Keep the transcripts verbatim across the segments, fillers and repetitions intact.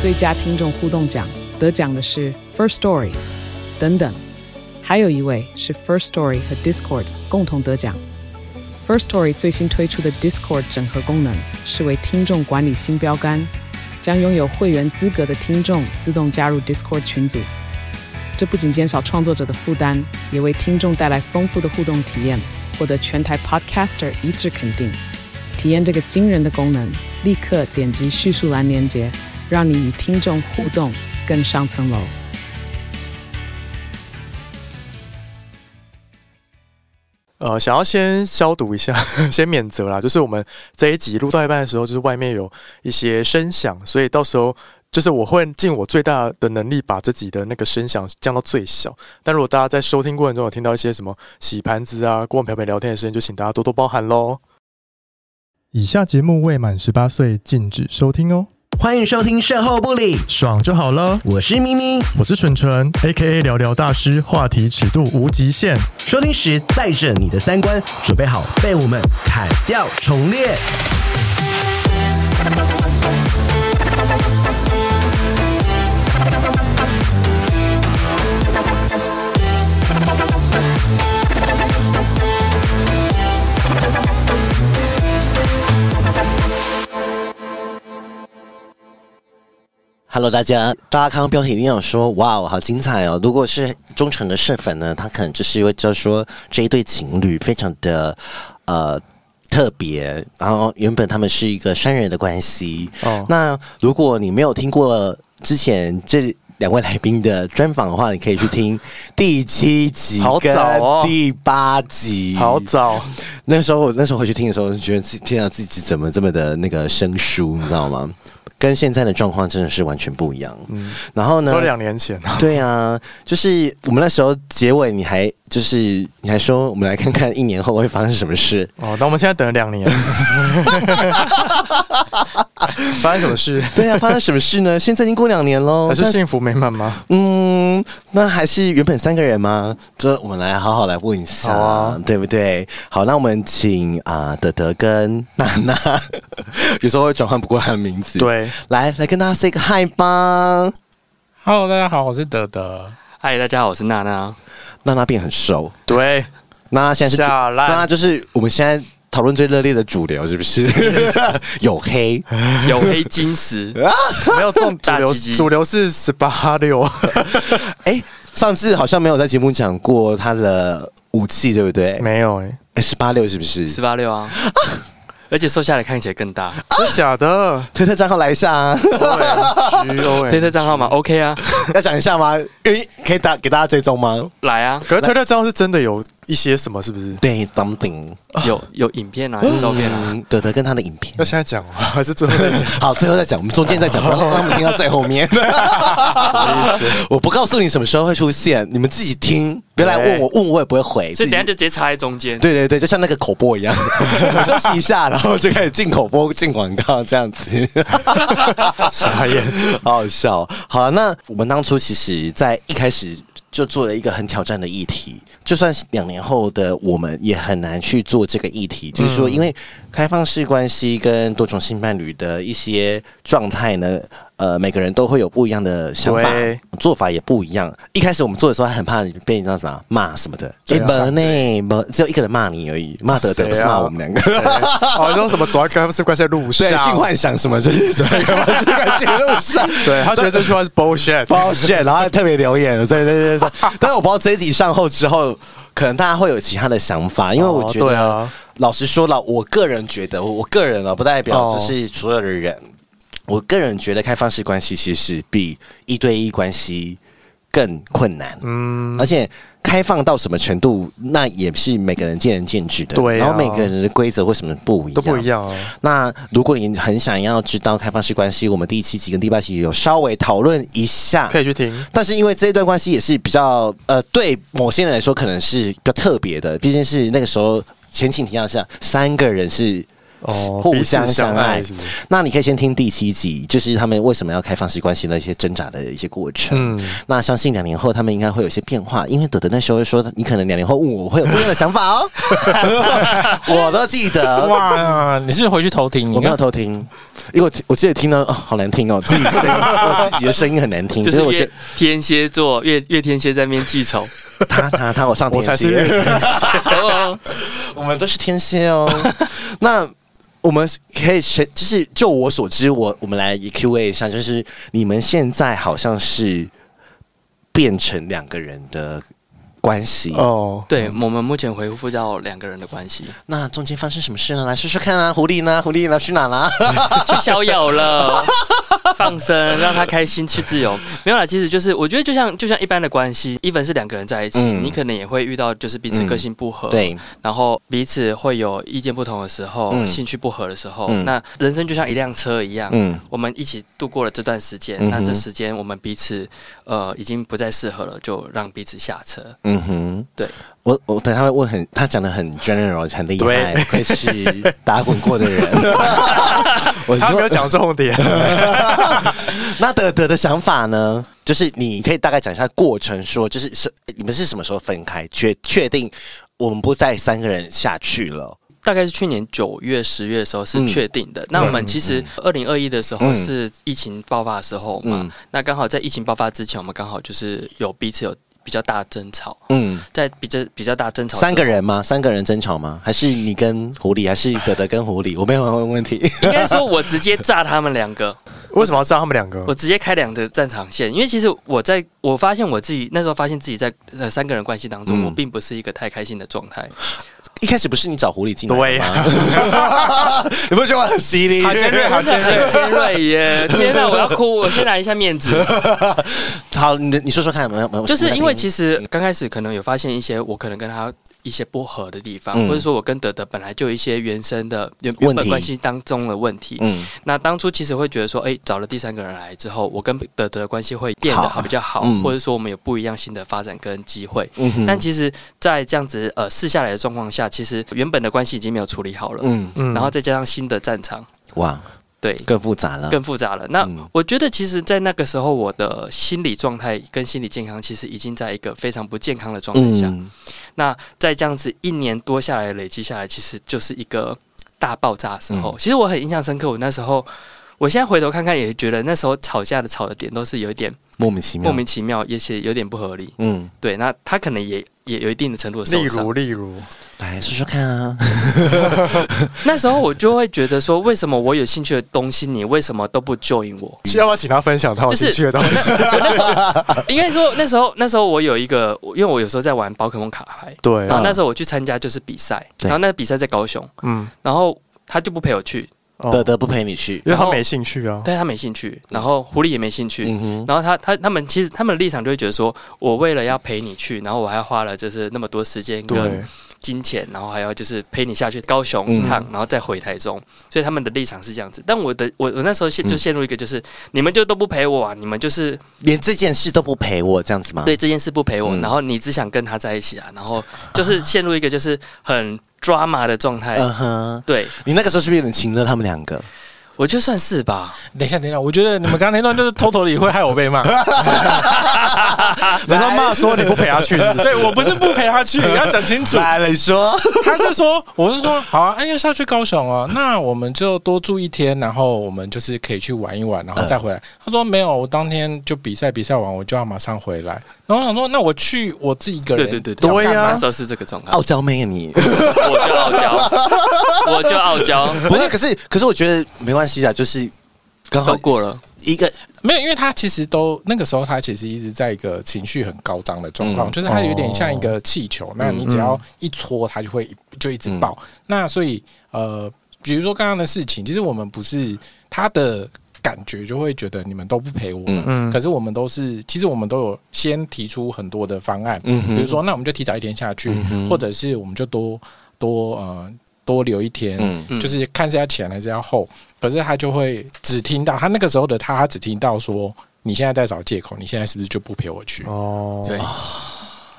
最佳听众互动奖，得奖的是 First Story 等等。还有一位是 First Story 和 Discord 共同得奖。First Story 最新推出的 Discord 整合功能是为听众管理新标杆，将拥有会员资格的听众自动加入 Discord 群组。这不仅减少创作者的负担，也为听众带来丰富的互动体验，获得全台 Podcaster 一致肯定。体验这个惊人的功能，立刻点击叙述栏连结，让你与听众互动更上层楼。 呃，想要先消毒一下，先免责啦。就是我们这一集录到一半的时候，就是外面有一些声响，所以到时候就是我会尽我最大的能力把这集的那个声响降到最小。但如果大家在收听过程中有听到一些什么洗盘子啊、锅碗瓢盆聊天的声音，就请大家多多包涵咯。以下节目未满十八岁禁止收听哦。 欢迎收听售后不理， 爽就好了。 我是咪咪， 我是纯纯 A K A 聊聊大师，话题尺度无极限。 收听时带着你的三观，准备好被我们砍掉重练。Hello， 大家，大家看到标题一定有说，哇，好精彩哦！如果是忠诚的社粉呢，他可能就是会知道说这一对情侣非常的呃特别，然后原本他们是一个山人的关系。哦，那如果你没有听过之前这两位来宾的专访的话，你可以去听第七集跟第八集。 好早， 那时候我那时候回去听的时候，就觉得自己天啊，自己怎么这么的那个生疏，你知道吗？跟现在的状况真的是完全不一样。嗯，然后呢？ 说两年前啊。 对啊，就是我们那时候结尾，你还就是你还说，我们来看看一年后会发生什么事。 哦，那我们现在等了两年，发生什么事？ 对啊，发生什么事呢？现在已经过两年喽， 还是幸福美满吗？ 嗯，那还是原本三个人吗？这我们来好好来问一下，好啊，对不对？好，那我们请啊、呃、德德跟娜娜，有时候会转换不过他的名字， 对。 来来跟大家 say 个 hi 吧。 Hello， 大家好，我是德德。 嗨，大家好，我是娜娜。 娜娜变很瘦， 对， 娜娜现在是娜娜就是我们现在讨论最热烈的主流，是不是？有黑， 有黑金石， 没有这种主流，主流是十八六。 哎，上次好像没有在节目讲过他的武器，对不对？ 没有哎、 欸，十八六是不是？ 十八六啊。而且瘦下来看起来更大， 真的假的？ 推特账号来一下啊！ 推特账号吗 ？OK 啊， 要讲一下吗？可以打给大家追踪吗？ 来啊！ 可是推特账号是真的有一些什么？是不是？ 对 ，something 有有影片啊，有照片啊。 德德跟他的影片， 要现在讲吗？还是最后再讲？ 好，最后再讲，我们中间再讲，让他们听到最后面。我不告诉你什么时候会出现，你们自己听。别来问我，问我也不会回， 所以等一下就直接插在中间。 对对对，就像那个口播一样，我休息一下，然后就开始进口播、进广告这样子。 傻眼， 好好笑。好了，那我们当初其实在一开始就做了一个很挑战的议题，就算两年后的我们也很难去做这个议题，就是说，因为开放式关系跟多种性伴侣的一些状态呢，呃，每个人都会有不一样的想法，做法也不一样。一开始我们做的时候还很怕被你知道什么骂什么的，哎，没呢，没，只有一个人骂你而已，骂德德不是骂我们两个。 哦，说什么走在开放式关系的路上， 对，性幻想什么，就是走在开放式关系的路上。对他觉得这句话是 bullshit，bullshit， 然后还特别留言，对对对对。但是我不知道这一集上后之后，可能大家会有其他的想法，因为我觉得，哦啊、老实说了，我个人觉得，我个人啊，不代表就是所有的人。哦，我个人觉得开放式关系其实比一对一关系更困难，嗯，而且开放到什么程度，那也是每个人见仁见智的，对、啊，然后每个人的规则为什么不一样， 都不一样啊。 那如果你很想要知道开放式关系，我们第七集跟第八集有稍微讨论一下， 可以去听。 但是因为这一段关系也是比较呃，对某些人来说可能是比较特别的，毕竟是那个时候前情提要下，三个人是哦， 互相彼此相爱是不是那你可以先听第七集，就是他们为什么要开放式关系的一些挣扎的一些过程。 嗯， 那相信两年后他们应该会有一些变化，因为德德那时候说，你可能两年后问我，我会有不一样的想法哦。我都记得。 哇，你是回去偷听？ 我没有偷听，因为我我记得听到哦，好难听哦，自己声音，我自己的声音很难听， 就是月所以我觉得天蝎座，月月天蝎在那边记仇。 他他他，我上天我才是蝎， 哦我们都是天蝎哦。那我们可以先，就是就我所知，我我们来 Q A 一下，就是你们现在好像是变成两个人的关系哦。 哦， 对，我们目前回复到两个人的关系， 那中间发生什么事呢？来说说看啊，狐狸呢？狐狸呢？去哪了？ 去逍遥了，放生，让他开心，去自由。没有啦，其实就是我觉得就像就像一般的关系，even是两个人在一起， 嗯你可能也会遇到就是彼此个性不合， 对， 然后彼此会有意见不同的时候， 嗯兴趣不合的时候， 嗯那人生就像一辆车一样， 嗯我们一起度过了这段时间， 嗯哼那这时间我们彼此呃已经不再适合了，就让彼此下车。 嗯哼， 对。 我我等他会问很，他讲的很 general， 很厉害， 对不愧是打滚过的人。我他没有讲重点。 那德德的想法呢？就是你可以大概讲一下过程说，就是是你们是什么时候分开，确确定我们不再三个人下去了。 大概是去年九月、十月的时候是嗯确定的。那我们其实二零二一的时候嗯是疫情爆发的时候嘛， 嗯那刚好在疫情爆发之前，我们刚好就是有彼此有比较大的争吵， 嗯， 在比较比较大争吵， 三个人吗？三个人争吵吗？还是你跟狐狸，还是德德跟狐狸？我没有问问题。 应该说我直接炸他们两个， 为什么要知道他们两个？ 我直接开两个战场线，因为其实我在我发现我自己那时候发现自己在呃三个人关系当中， 嗯我并不是一个太开心的状态。 一开始不是你找狐狸进来对的吗？你不觉得我很犀利？ 好尖锐，好尖锐。 很尖锐耶！天哪，我要哭！我先拿一下面子。 好，你你说说看有没有？有没有就是因为实其实刚开始可能有发现一些我可能跟他一些不合的地方， 嗯或者说我跟德德本来就有一些原生的原问题原本关系当中的问题。 嗯那当初其实会觉得说，哎、找了第三个人来之后，我跟德德的关系会变得好好比较好， 嗯或者说我们有不一样新的发展跟机会。 嗯哼但其实，在这样子呃试下来的状况下，其实原本的关系已经没有处理好了， 嗯嗯然后再加上新的战场， 哇， 对， 更复杂了。 更复杂了。那嗯我觉得，其实，在那个时候，我的心理状态跟心理健康，其实已经在一个非常不健康的状态下。 嗯那在这样子一年多下来累积下来，其实就是一个大爆炸的时候。 嗯其实我很印象深刻，我那时候，我现在回头看看，也觉得那时候吵架的吵的点都是有一点莫名其妙， 莫名其妙，而且有点不合理。 嗯， 对，那他可能也也有一定的程度的受伤例如，。例如， 来说说看啊。 那时候我就会觉得说，为什么我有兴趣的东西，你为什么都不 join 我？ 要不要请他分享他有兴趣的东西？ 应该说那时候那时候我有一个，因为我有时候在玩宝可梦卡牌， 对然后那时候我去参加就是比赛， 对然后那个比赛在高雄， 嗯， 然后他就不陪我去， 哦德德不陪你去。 因为他没兴趣啊。 但是他没兴趣，然后狐狸也没兴趣。 嗯哼， 然后他他他们其实他们的立场就会觉得说，我为了要陪你去，然后我还花了就是那么多时间对跟，金钱，然后还要就是陪你下去高雄一趟，然后再回台中，所以他们的立场是这样子。但我的我我那时候陷就陷入一个就是、你们就都不陪我啊，你们就是连这件事都不陪我，这样子吗？ 对这件事不陪我， 嗯然后你只想跟他在一起啊，然后就是陷入一个就是很 drama 的状态。 嗯哼， 对， 你那个时候是不是有点情了他们两个？ 我就算是吧。 等一下，等一下，我觉得你们刚刚那段就是偷偷的会害我被骂。 你说骂说你不陪他去，是不是？ 对我不是不陪他去，要讲清楚。 来了，你说。 他是说，我是说，好啊，哎，要下去高雄哦，那我们就多住一天，然后我们就是可以去玩一玩，然后再回来。他说没有，我当天就比赛，比赛完我就要马上回来。然后我想说，那我去我自己一个人， 对对对对呀那时候是这个状态。 傲娇妹啊你！ 我就傲娇，我就傲娇， 不是，可是可是我觉得没关系啊，就是刚好都过了。 一个没有，因为他其实都那个时候，他其实一直在一个情绪很高涨的状况， 嗯就是他有点像一个气球，那你只要一戳，它就会就一直爆。 嗯那所以呃，比如说刚刚的事情，其实我们不是他的感觉，就会觉得你们都不陪我们， 嗯可是我们都是，其实我们都有先提出很多的方案， 嗯哼比如说那我们就提早一天下去， 嗯哼或者是我们就多多呃多留一天， 嗯嗯就是看是要前还是要后。可是他就会只听到他那个时候的他，他只听到说你现在在找借口，你现在是不是就不陪我去？ 哦， 对，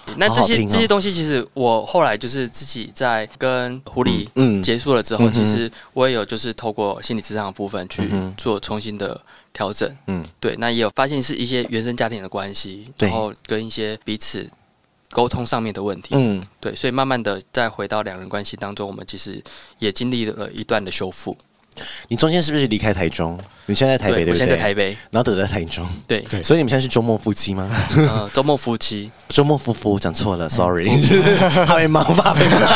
那这些好好听哦这些东西，其实我后来就是自己在跟狐狸嗯嗯结束了之后， 嗯哼其实我也有就是透过心理咨商的部分去嗯哼做重新的调整。 嗯对，那也有发现是一些原生家庭的关系， 对然后跟一些彼此沟通上面的问题。 嗯， 对，所以慢慢的再回到两人关系当中，我们其实也经历了一段的修复。 你中间是不是离开台中？你现在在台北对不对？ 我现在在台北。 然后得在台中， 对， 对所以你们现在是周末夫妻吗？ 呃，周末夫妻。 周末夫妇讲错了 ，sorry，怕被骂，怕被骂。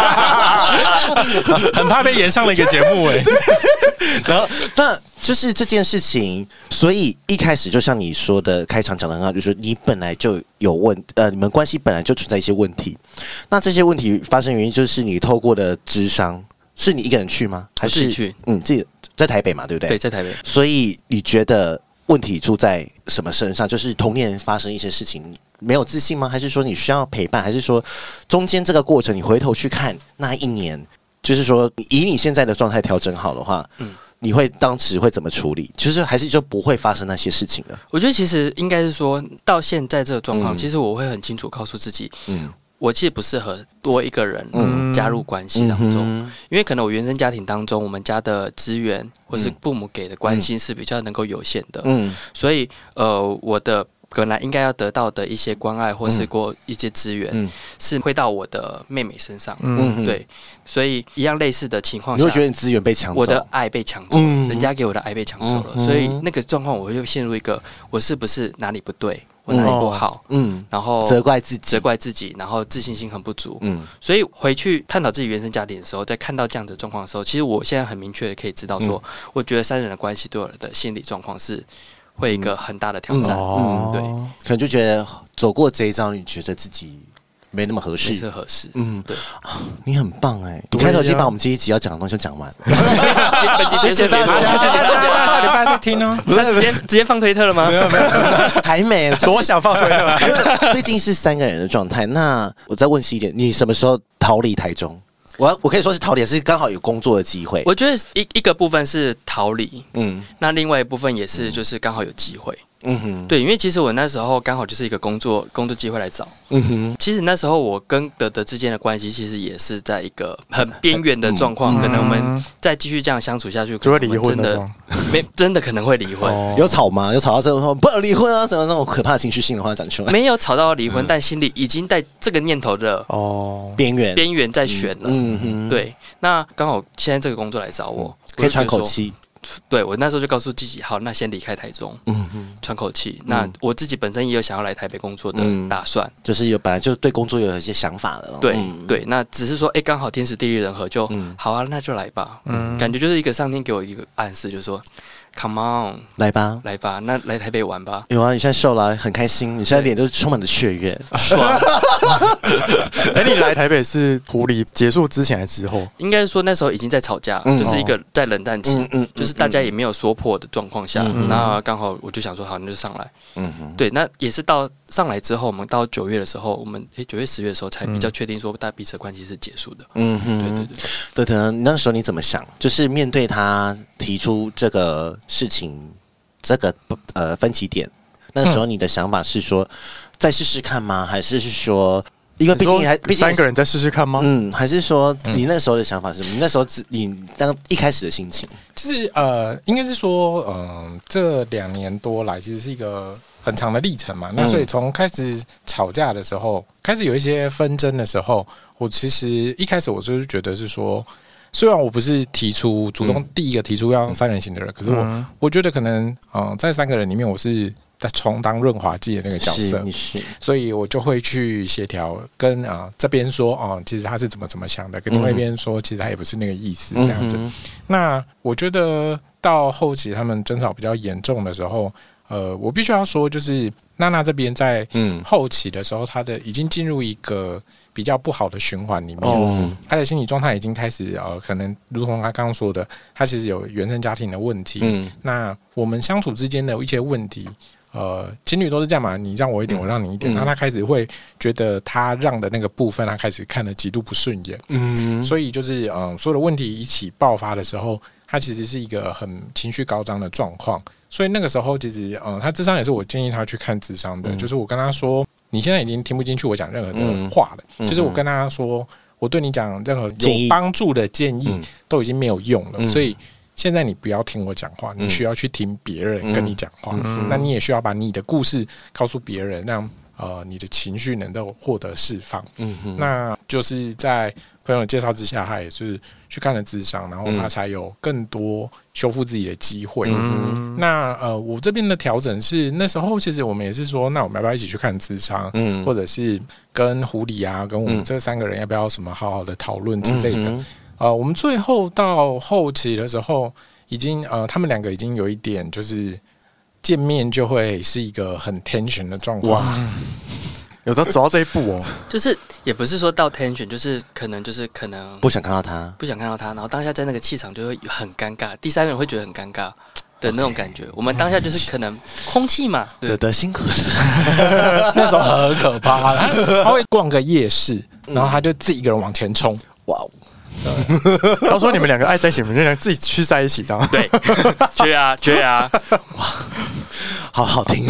很怕被延上了一个节目哎、 然后，那就是这件事情，所以一开始就像你说的，开场讲的很好，就是你本来就有问，呃，你们关系本来就存在一些问题。那这些问题发生原因，就是你透过的諮商，是你一个人去吗？还是我自己去？ 嗯，自己在台北嘛，对不对？ 对，在台北。 所以你觉得问题出在什么身上？就是童年发生一些事情没有自信吗？还是说你需要陪伴？还是说中间这个过程你回头去看那一年，就是说以你现在的状态调整好的话，嗯，你会当时会怎么处理？就是还是就不会发生那些事情了？ 我觉得其实应该是说到现在这个状况， 嗯其实我会很清楚告诉自己， 嗯我其实不适合多一个人嗯加入关系当中， 嗯因为可能我原生家庭当中，我们家的资源或是父母给的关心是比较能够有限的， 嗯所以呃，我的本来应该要得到的一些关爱或是过一些资源， 嗯是会到我的妹妹身上， 嗯， 对，所以一样类似的情况下你会觉，得你资源被抢走？ 我的爱被抢走了， 嗯人家给我的爱被抢走了， 嗯所以那个状况我会陷入一个我是不是哪里不对，我哪里不好， 嗯然后责怪自己， 责怪自己，然后自信心很不足。 嗯所以回去探讨自己原生家庭的时候，在看到这样子的状况的时候，其实我现在很明确的可以知道说， 嗯我觉得三人的关系对我的心理状况是会一个很大的挑战。 哦， 对， 可能就觉得走过这一招，你觉得自己没那么合没适。 是合适。 嗯， 对， 你很棒哎！你对呀开头已经把我们这一集要讲的东西都讲完了。 本集结束，结束， 好，谢谢大家， 家。 下礼拜再听哦。 那直接直接放推特了吗？ 还没， 多想放推特啊！ 因为毕竟是三个人的状态。那我再问细一点，你什么时候逃离台中？我要我可以说是逃离，是刚好有工作的机会。 我觉得一一个部分是逃离， 嗯那另外一部分也是就是刚好有机会。 嗯哼， 对，因为其实我那时候刚好就是一个工作工作机会来找。 嗯哼， 其实那时候我跟德德之间的关系，其实也是在一个很边缘的状况，可能我们再继续这样相处下去， 就会离婚真的那种。 没真的可能会离婚。 哦有吵吗？有吵到这种说不能离婚啊，什么那种可怕的情绪性的话讲出来？ 没有吵到离婚，但心里已经在这个念头的哦， 边缘， 边缘在选了。 嗯哼，， 对，那刚好现在这个工作来找我， 可以喘口我就觉得说。 气。 对我那时候就告诉自己，好，那先离开台中， 嗯哼， 喘口气。那我自己本身也有想要来台北工作的嗯打算。 就是有本来就对工作有一些想法了。 对、 嗯， 对，那只是说，哎，刚好天时地利人和就， 嗯好啊，那就来吧。 嗯感觉就是一个上天给我一个暗示，就是说，Come on， 来吧。 来吧，那来台北玩吧。 有啊，你现在瘦了，很开心。你现在脸都充满了雀跃。 哎，你来台北是狐狸结束之前还是之后？ 应该说那时候已经在吵架， 嗯就是一个在冷战期， 嗯嗯， 就是大家也没有说破的状况下， 嗯那刚好我就想说，好，那就上来。 嗯哼， 对，那也是到上来之后，我们到九月的时候，我们诶九月十月的时候才比较确定说，大家彼此的关系是结束的。 嗯对对哼， 对。 德德，你那时候你怎么想？就是面对他提出这个事情，这个呃分歧点，那时候你的想法是说再试试看吗？还是是说，因为毕竟还毕竟三个人再试试看吗？ 嗯，还是说你那时候的想法是什么？你那时候只你当一开始的心情， 就是呃，应该是说，嗯、呃，这两年多来其实是一个很长的历程嘛。那所以从开始吵架的时候，开始有一些纷争的时候，我其实一开始我就是觉得是说，虽然我不是提出主动第一个提出要三人行的人，可是我、 嗯我觉得可能，嗯、呃，在三个人里面，我是在充当润滑剂的那个角色是你，是所以我就会去协调，跟啊、呃、这边说哦，其实他是怎么怎么想的，跟另外一边说，其实他也不是那个意思，这样子。 嗯那我觉得到后期他们争吵比较严重的时候，呃，我必须要说，就是娜娜这边在嗯后期的时候，她的已经进入一个比较不好的循环里面， 哦她的心理状态已经开始呃，可能如同她刚刚说的，她其实有原生家庭的问题。 嗯那我们相处之间的一些问题。呃，情侣都是这样嘛，你让我一点，我让你一点， 嗯然后他开始会觉得他让的那个部分，他开始看得极度不顺眼， 嗯所以就是嗯、呃，所有的问题一起爆发的时候，他其实是一个很情绪高涨的状况。所以那个时候，其实嗯、呃，他智商也是我建议他去看智商的， 嗯就是我跟他说， 你现在已经听不进去我讲任何的话了，嗯、就是我跟他说，我对你讲任何有帮助的建议都已经没有用了，嗯、所以现在你不要听我讲话，你需要去听别人跟你讲话，嗯、那你也需要把你的故事告诉别人，让呃你的情绪能够获得释放。嗯、那就是在朋友的介绍之下，他也是去看了諮商，然后他才有更多修复自己的机会。嗯、那呃，我这边的调整是，那时候其实我们也是说，那我们要不要一起去看諮商，嗯、或者是跟狐狸啊，跟我们这三个人要不要什么好好的讨论之类的。嗯、呃，我们最后到后期的时候，已经呃，他们两个已经有一点就是见面就会是一个很 tension 的状况。 有的走到这一步哦， 就是也不是说到 tension， 就是可能就是可能不想看到他， 不想看到他，然后当下在那个气场就会很尴尬，第三个人会觉得很尴尬的那种感觉。Okay. 我们当下就是可能空气嘛， 德德辛苦了， 那时候很可怕。他会逛个夜市，然后他就自己一个人往前冲，哇！ 他说：“你们两个爱在一起，你们就自己去在一起，这样对，去啊，去啊， 哇！”好好听，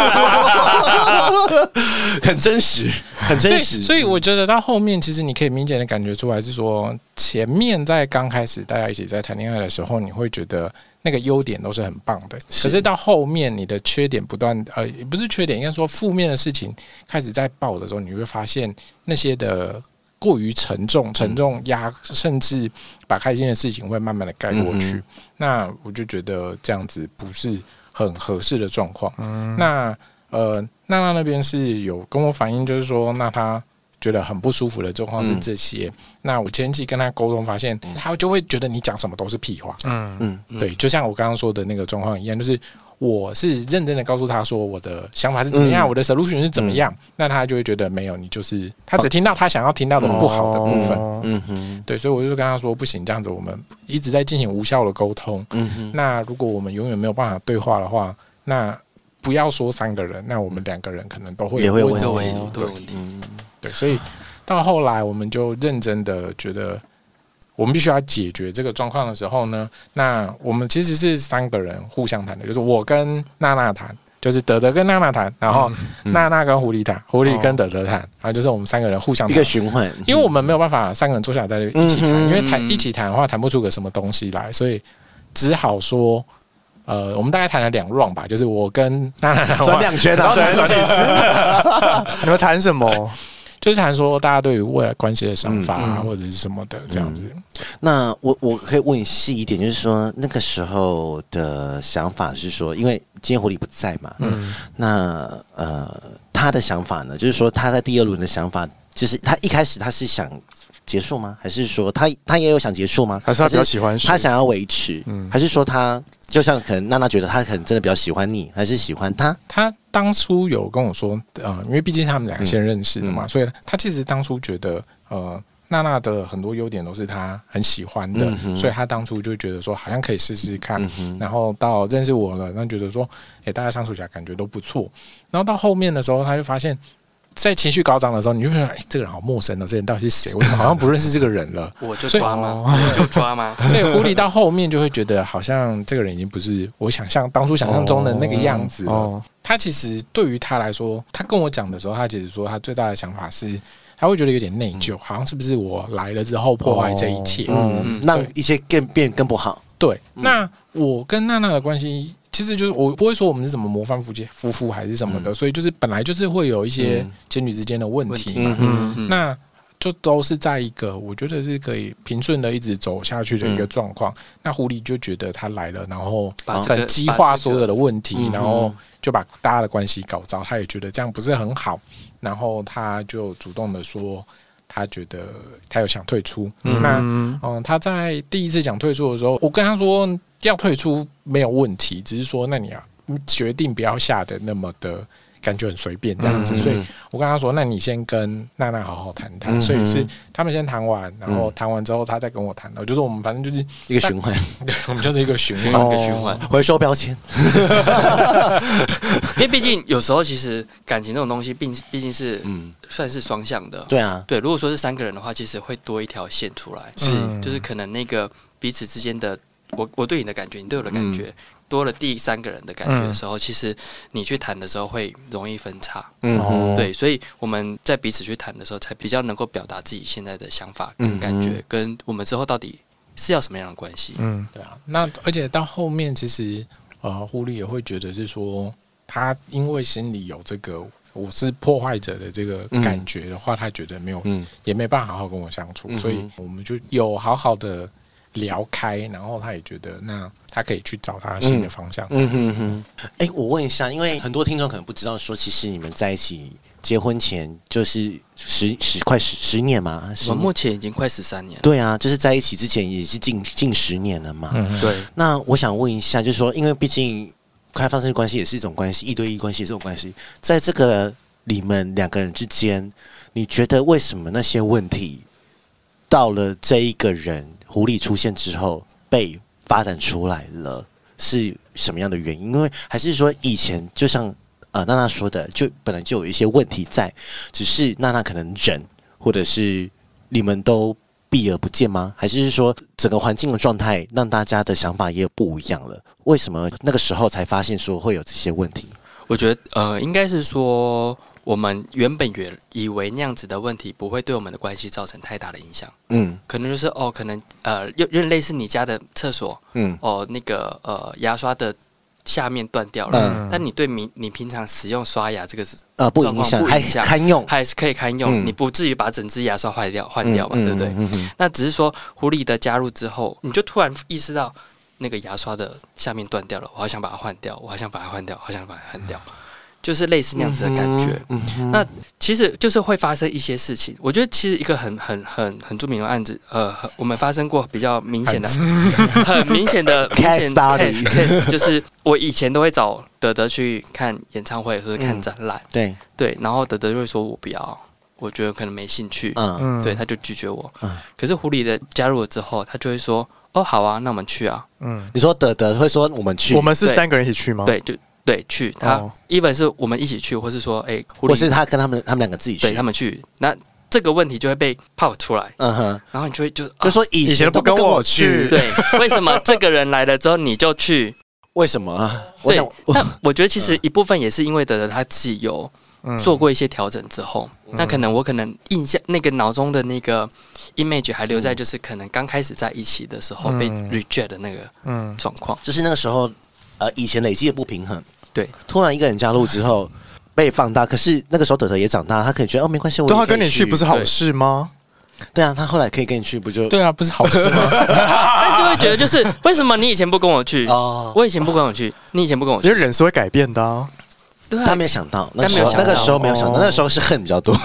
很真实，很真实。 所以我觉得到后面，其实你可以明显的感觉出来，是说前面在刚开始大家一起在谈恋爱的时候，你会觉得那个优点都是很棒的。是可是到后面，你的缺点不断，呃，也不是缺点，应该说负面的事情开始在爆的时候，你会发现那些的过于沉重、沉重压，甚至把开心的事情会慢慢的盖过去。嗯、那我就觉得这样子不是很合适的状况。嗯、那呃，娜娜那边是有跟我反映，就是说，那她觉得很不舒服的状况是这些。嗯、那我前期跟她沟通，发现她就会觉得你讲什么都是屁话。嗯嗯，对，就像我刚刚说的那个状况一样，就是我是认真的告诉她说我的想法是怎么样，嗯、我的 solution 是怎么样，嗯、那她就会觉得没有，你就是她只听到她想要听到的不好的部分。嗯哼，对，所以我就跟她说，不行，这样子我们一直在进行无效的沟通。嗯哼，那如果我们永远没有办法对话的话，那不要说三个人，那我们两个人可能都会有问题， 都会有问题。 对，所以到后来我们就认真的觉得，我们必须要解决这个状况的时候呢，那我们其实是三个人互相谈的，就是我跟娜娜谈，就是德德跟娜娜谈，然后娜娜跟狐狸谈，狐狸跟德德谈，然后就是我们三个人互相谈一个循环， 因为我们没有办法三个人坐下来在一起谈，因为谈一起谈的话谈不出个什么东西来，所以只好说。呃，我们大概谈了两 round 吧，就是我跟娜娜转两圈，然后转几次。 你们谈什么？ 就是谈说大家对于未来关系的想法啊，嗯、或者是什么的这样子。嗯、 那我我可以问你细一点，就是说那个时候的想法是说，因为今天狐狸不在嘛，嗯，那呃他的想法呢，就是说他在第二轮的想法，就是他一开始他是想结束吗？还是说他他也有想结束吗？ 还是他比较喜欢他想要维持？嗯，还是说他就像可能娜娜觉得他可能真的比较喜欢你，还是喜欢他？ 他当初有跟我说，呃，因为毕竟他们两个先认识的嘛，嗯、所以他其实当初觉得，呃，娜娜的很多优点都是他很喜欢的，嗯、所以他当初就觉得说好像可以试试看。嗯、然后到认识我了，那觉得说，哎、欸，大家相处起来感觉都不错。然后到后面的时候，他就发现。在情绪高涨的时候，你就会觉得，哎，这个人好陌生哦，这人到底是谁？我好像不认识这个人了。 我就抓吗？我就抓吗？ 所以狐狸到后面就会觉得，好像这个人已经不是我想象当初想象中的那个样子了。哦、他其实对于他来说，他跟我讲的时候，他其实说他最大的想法是，他会觉得有点内疚，嗯、好像是不是我来了之后破坏这一切， 嗯嗯、让一切更变更不好。 对，嗯、那我跟娜娜的关系。其实就是我不会说我们是什么模范夫妻夫妇还是什么的，嗯、所以就是本来就是会有一些情侣之间的问题嘛，嗯嗯、那就都是在一个我觉得是可以平顺的一直走下去的一个状况。嗯、那狐狸就觉得他来了，然后很激化所有的问题，这个、然后就把大家的关系搞糟，他也觉得这样不是很好，然后他就主动的说。他觉得他有想退出，嗯、那嗯，他在第一次讲退出的时候，我跟他说要退出没有问题，只是说那你要决定不要下的那么的感觉很随便这样子，嗯、所以我跟他说，那你先跟娜娜好好谈谈，嗯、所以是他们先谈完，然后谈完之后他再跟我谈，我就是我们反正就是一个循环， 对，我们就是一个循环， 一个循环， 回收标签。 因为毕竟有时候其实感情这种东西，毕毕竟是嗯算是双向的， 对啊， 对。如果说是三个人的话，其实会多一条线出来，是就是可能那个彼此之间的，我我对你的感觉，你对我的感觉。嗯多了第三个人的感觉的时候，嗯、其实你去谈的时候会容易分叉。 嗯， 对，所以我们在彼此去谈的时候，才比较能够表达自己现在的想法跟感觉，嗯、跟我们之后到底是要什么样的关系。 嗯，对啊。那而且到后面，其实呃，狐狸也会觉得是说，他因为心里有这个我是破坏者的这个感觉的话，嗯、他觉得没有，嗯、也没办法好好跟我相处，嗯、所以我们就有好好的聊开，然后他也觉得那他可以去找他新的方向。 嗯哼哼。哎、欸，我问一下，因为很多听众可能不知道，说其实你们在一起结婚前就是十十快十十年嘛， 我们目前已经快十三年了。 对啊，就是在一起之前也是近近十年了嘛。 嗯，对。 那我想问一下，就是说，因为毕竟开放式关系也是一种关系，一对一关系也是一种关系，在这个你们两个人之间，你觉得为什么那些问题到了这一个人狐狸出现之后被发展出来了？是什么样的原因？因为还是说以前就像呃娜娜说的，就本来就有一些问题在，只是娜娜可能忍，或者是你们都避而不见吗？还是说整个环境的状态让大家的想法也不一样了？为什么那个时候才发现说会有这些问题？ 我觉得呃，应该是说我们原本也以为那样子的问题不会对我们的关系造成太大的影响。嗯，可能就是哦，可能呃，有有点类似你家的厕所，嗯，哦，那个呃牙刷的下面断掉了，嗯，但你对你你平常使用刷牙这个呃不影响，还堪用， 还是可以堪用，嗯、你不至于把整只牙刷坏掉换掉嘛，嗯、对不对？嗯嗯、那只是说狐狸的加入之后，你就突然意识到那个牙刷的下面断掉了，我好想把它换掉，我好想把它换掉，好想把它换掉。就是类似那样子的感觉，嗯嗯、那其实就是会发生一些事情。我觉得其实一个很很很很著名的案子，呃，我们发生过比较明显的、很明显的明显 case, case， 就是我以前都会找德德去看演唱会或者看展览，嗯、对对，然后德德就会说我不要，我觉得可能没兴趣，嗯，对，他就拒绝我。嗯、可是狐狸的加入了之后，他就会说哦，好啊，那我们去啊。 嗯，你说德德会说我们去， 我们是三个人一起去吗？ 对，就。对，去他 even 是我们一起去，或是说，哎、欸， 或是他跟他们他们两个自己去， 对他们去，那这个问题就会被pop出来，嗯哼，然后你就会就、啊、 就说以前不跟我去， 对，为什么这个人来了之后你就去？ 为什么？ 我想，那我觉得其实一部分也是因为德德他自己有做过一些调整之后，嗯、那可能我可能印象那个脑中的那个 image 还留在就是可能刚开始在一起的时候被 reject 的那个状况、嗯， 就是那个时候呃以前累积的不平衡。 对， 突然一个人加入之后被放大，可是那个时候德德也长大，他可能觉得哦没关系，我对他跟你去不是好事吗？ 对啊，他后来可以跟你去，不就对啊，不是好事吗？ 他就会觉得就是为什么你以前不跟我去？哦，我以前不跟我去，你以前不跟我去， 因为人是会改变的啊。 对啊， 他没有想到，那个时候那个时候没有想到，那个时候是恨比较多。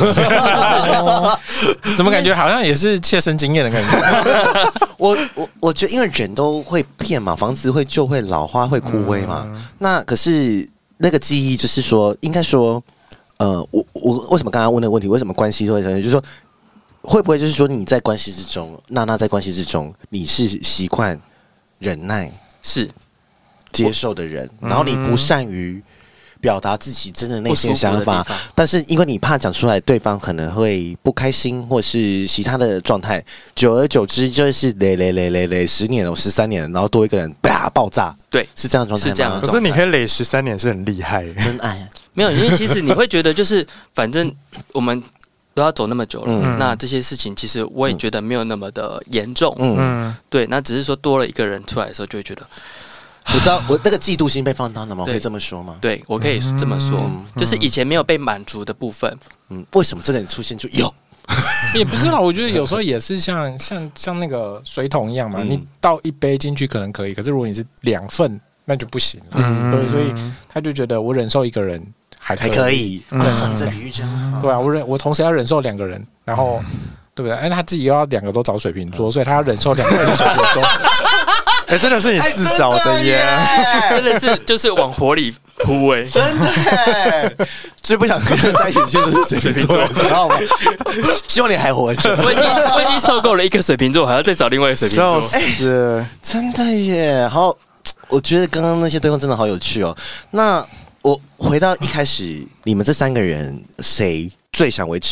怎么感觉好像也是切身经验的感觉？ 我我我觉得，因为人都会变嘛，房子会旧会老，花会枯萎嘛。嗯、那可是那个记忆，就是说，应该说，呃，我我为什么刚刚问那个问题？为什么关系会成？就是说，会不会就是说你在关系之中，娜娜在关系之中，你是习惯忍耐、 是接受的人，然后你不善于表达自己真的内心的想法，但是因为你怕讲出来，对方可能会不开心，或是其他的状态，久而久之就是累累累累累十年了，十三年了，然后多一个人啪爆炸， 对， 是这样的状态吗？ 是这样的。 可是你可以累十三年是很厉害， 真爱没有，因为其实你会觉得就是反正我们都要走那么久了，嗯、那这些事情其实我也觉得没有那么的严重，嗯，对，那只是说多了一个人出来的时候，就会觉得。 我知道我那个嫉妒心被放大了吗？我可以这么说吗？ 对，我可以这么说，嗯、就是以前没有被满足的部分。 嗯，为什么这个人出现就有？ 也不是啦，我觉得有时候也是像像像那个水桶一样嘛，嗯、你倒一杯进去可能可以，可是如果你是两份，那就不行了。嗯，对，所以他就觉得我忍受一个人还可以， 还可以，嗯、对，这比喻真好。 对啊，我忍，我同时要忍受两个人，然后对不对？哎，他自己又要两个都找水瓶座，所以他要忍受两个人的水瓶座。 哎、欸，真的是你自找的耶！ 欸、真的是就是往火里扑哎、欸， 真的最不想跟人在一起就是水瓶座，知道吗？希望你还活着。 我已经我已经受够了一个水瓶座，还要再找另外一个水瓶座。 哎、欸， 真的耶！好，我觉得刚刚那些对话真的好有趣哦。那我回到一开始，你们这三个人谁最想维持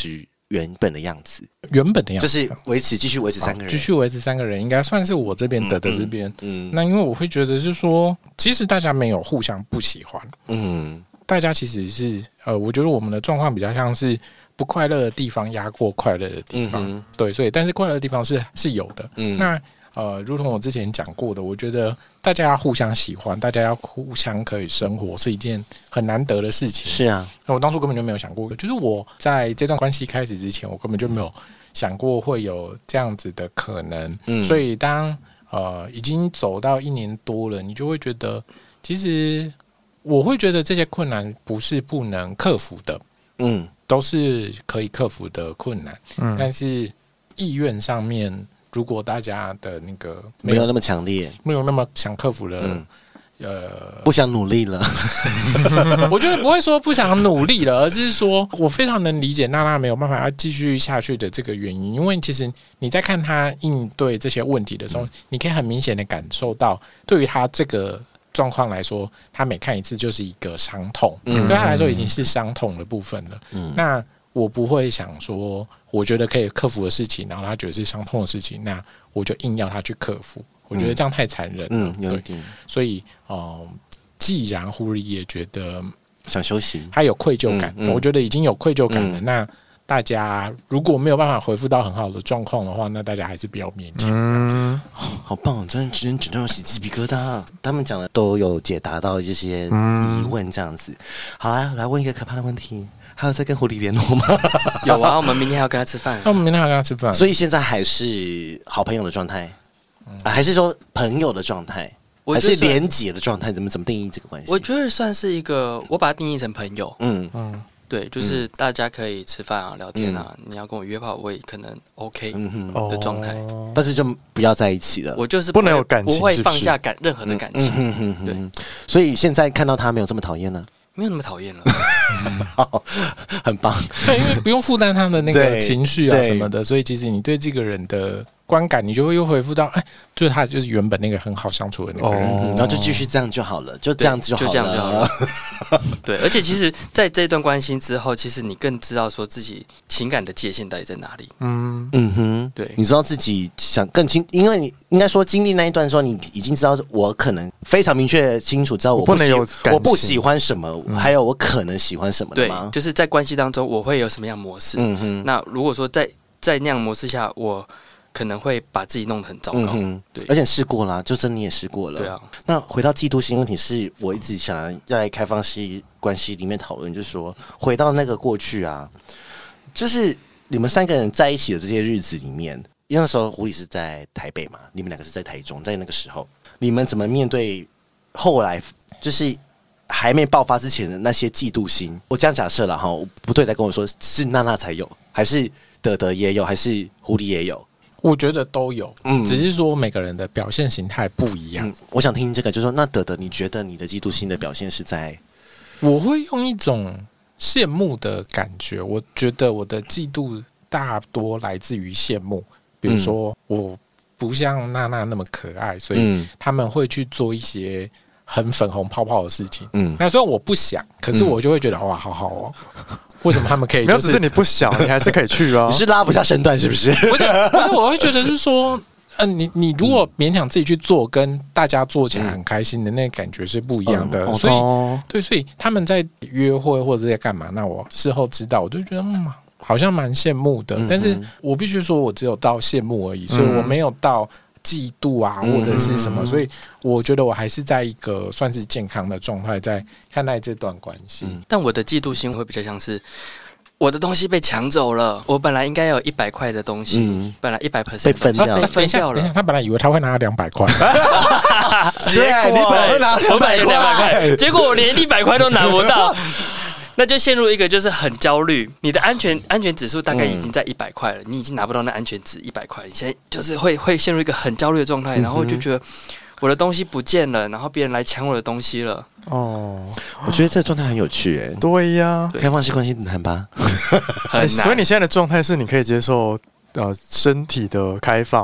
原本的样子， 原本的样子就是维持继续维持三个人， 继续维持三个人，应该算是我这边的的这边。嗯，那因为我会觉得是说，其实大家没有互相不喜欢，嗯，大家其实是呃，我觉得我们的状况比较像是不快乐的地方压过快乐的地方，嗯、对，所以但是快乐的地方是是有的，嗯，那。呃，如同我之前讲过的，我觉得大家要互相喜欢，大家要互相可以生活，是一件很难得的事情。 是啊， 那我当初根本就没有想过，就是我在这段关系开始之前，我根本就没有想过会有这样子的可能。嗯，所以当呃已经走到一年多了，你就会觉得，其实我会觉得这些困难不是不能克服的，嗯，都是可以克服的困难。嗯，但是意愿上面。如果大家的那个没有那么强烈， 没有那么想克服了，嗯、呃， 不想努力了， 我觉得不会说不想努力了，而是说我非常能理解娜娜没有办法要继续下去的这个原因，因为其实你在看她应对这些问题的时候，嗯、你可以很明显的感受到，对于她这个状况来说，她每看一次就是一个伤痛，嗯、对她来说已经是伤痛的部分了。嗯、那我不会想说，我觉得可以克服的事情，然后他觉得是伤痛的事情，那我就硬要他去克服。我觉得这样太残忍了。 嗯，有一点。 所以，呃，既然狐狸也觉得想休息， 他有愧疚感，嗯嗯、我觉得已经有愧疚感了。嗯、那大家如果没有办法恢复到很好的状况的话，那大家还是不要勉强。嗯， 好棒！真的，真的让我起鸡皮疙瘩。他们讲的都有解答到这些疑问，这样子。好啦，来问一个可怕的问题。还有在跟狐狸联络吗？ 有啊，我们明天还要跟他吃饭。 那我们明天还要跟他吃饭， 所以现在还是好朋友的状态，嗯啊、还是说朋友的状态，还是连结的状态？怎么怎么定义这个关系？ 我觉得算是一个，我把它定义成朋友。嗯嗯，对，就是大家可以吃饭啊、聊天啊，嗯、你要跟我约炮，我也可能 OK 的状态， 嗯、但是就不要在一起了。 我就是不能有感情， 不会放下感任何的感情。嗯嗯嗯、 对，所以现在看到他没有这么讨厌了。 没有那么讨厌了， 好，很棒。 对，因为不用负担他的那个情绪啊什么的，所以其实你对这个人的观感，你就会又回复到，哎，就是他就是原本那个很好相处的那个人， 哦、然后就继续这样就好了，就这样就好了， 就这样就好了。对，而且其实，在这段关系之后，其实你更知道说自己情感的界限到底在哪里。嗯嗯哼，对，你知道自己想更清，因为你应该说经历那一段的时候，你已经知道我可能非常明确清楚知道我不不能有我不喜欢什么，嗯、还有我可能喜欢什么的吗？ 对，就是在关系当中我会有什么样模式。嗯哼，那如果说在在那样模式下，我可能会把自己弄得很糟糕。嗯、对， 而且试过啦，就真你也试过了。 对啊。 那回到嫉妒心问题，是我一直想在开放式关系里面讨论，就是说回到那个过去啊，就是你们三个人在一起的这些日子里面，因为那时候狐狸是在台北嘛，你们两个是在台中，在那个时候，你们怎么面对后来就是还没爆发之前的那些嫉妒心？我这样假设了哈，不对，再跟我说是娜娜才有，还是德德也有，还是狐狸也有？ 我觉得都有，嗯，只是说每个人的表现形态不一样。嗯、 我想听这个，就是说，那德德，你觉得你的嫉妒心的表现是在？ 我会用一种羡慕的感觉，我觉得我的嫉妒大多来自于羡慕。比如说，我不像娜娜那么可爱，所以他们会去做一些很粉红泡泡的事情。嗯，那虽然我不想，可是我就会觉得、嗯、哇，好好哦。为什么他们可以、就是？ 没有，只是你不想，你还是可以去啊。 你是拉不下身段是不是？ 不是，不是，我会觉得是说，嗯、呃，你你如果勉强自己去做，跟大家做起来很开心的那个感觉是不一样的。嗯、所以，哦、对，所以他们在约会或者在干嘛，那我事后知道，我就觉得嗯，好像蛮羡慕的。嗯、但是我必须说，我只有到羡慕而已，所以我没有到嫉妒啊，或者是什么。嗯、所以我觉得我还是在一个算是健康的状态在看待这段关系。嗯、 但我的嫉妒心会比较像是。我的东西被抢走了，我本来应该有一百块的东西，嗯、本来一百 percent 被分掉， 被分掉了。 他本来以为他会拿两百块， 结果你本来会拿我本来有两百块，结果我连一百块都拿不到，那就陷入一个就是很焦虑。你的安全安全指数大概已经在一百块了，你已经拿不到那安全值一百块，你现在就是会会陷入一个很焦虑的状态，然后我就觉得我的东西不见了，然后别人来抢我的东西了。哦， 我觉得这个状态很有趣诶。 对呀， 开放式关系谈吧， 很难。所以你现在的状态是你可以接受呃身体的开放，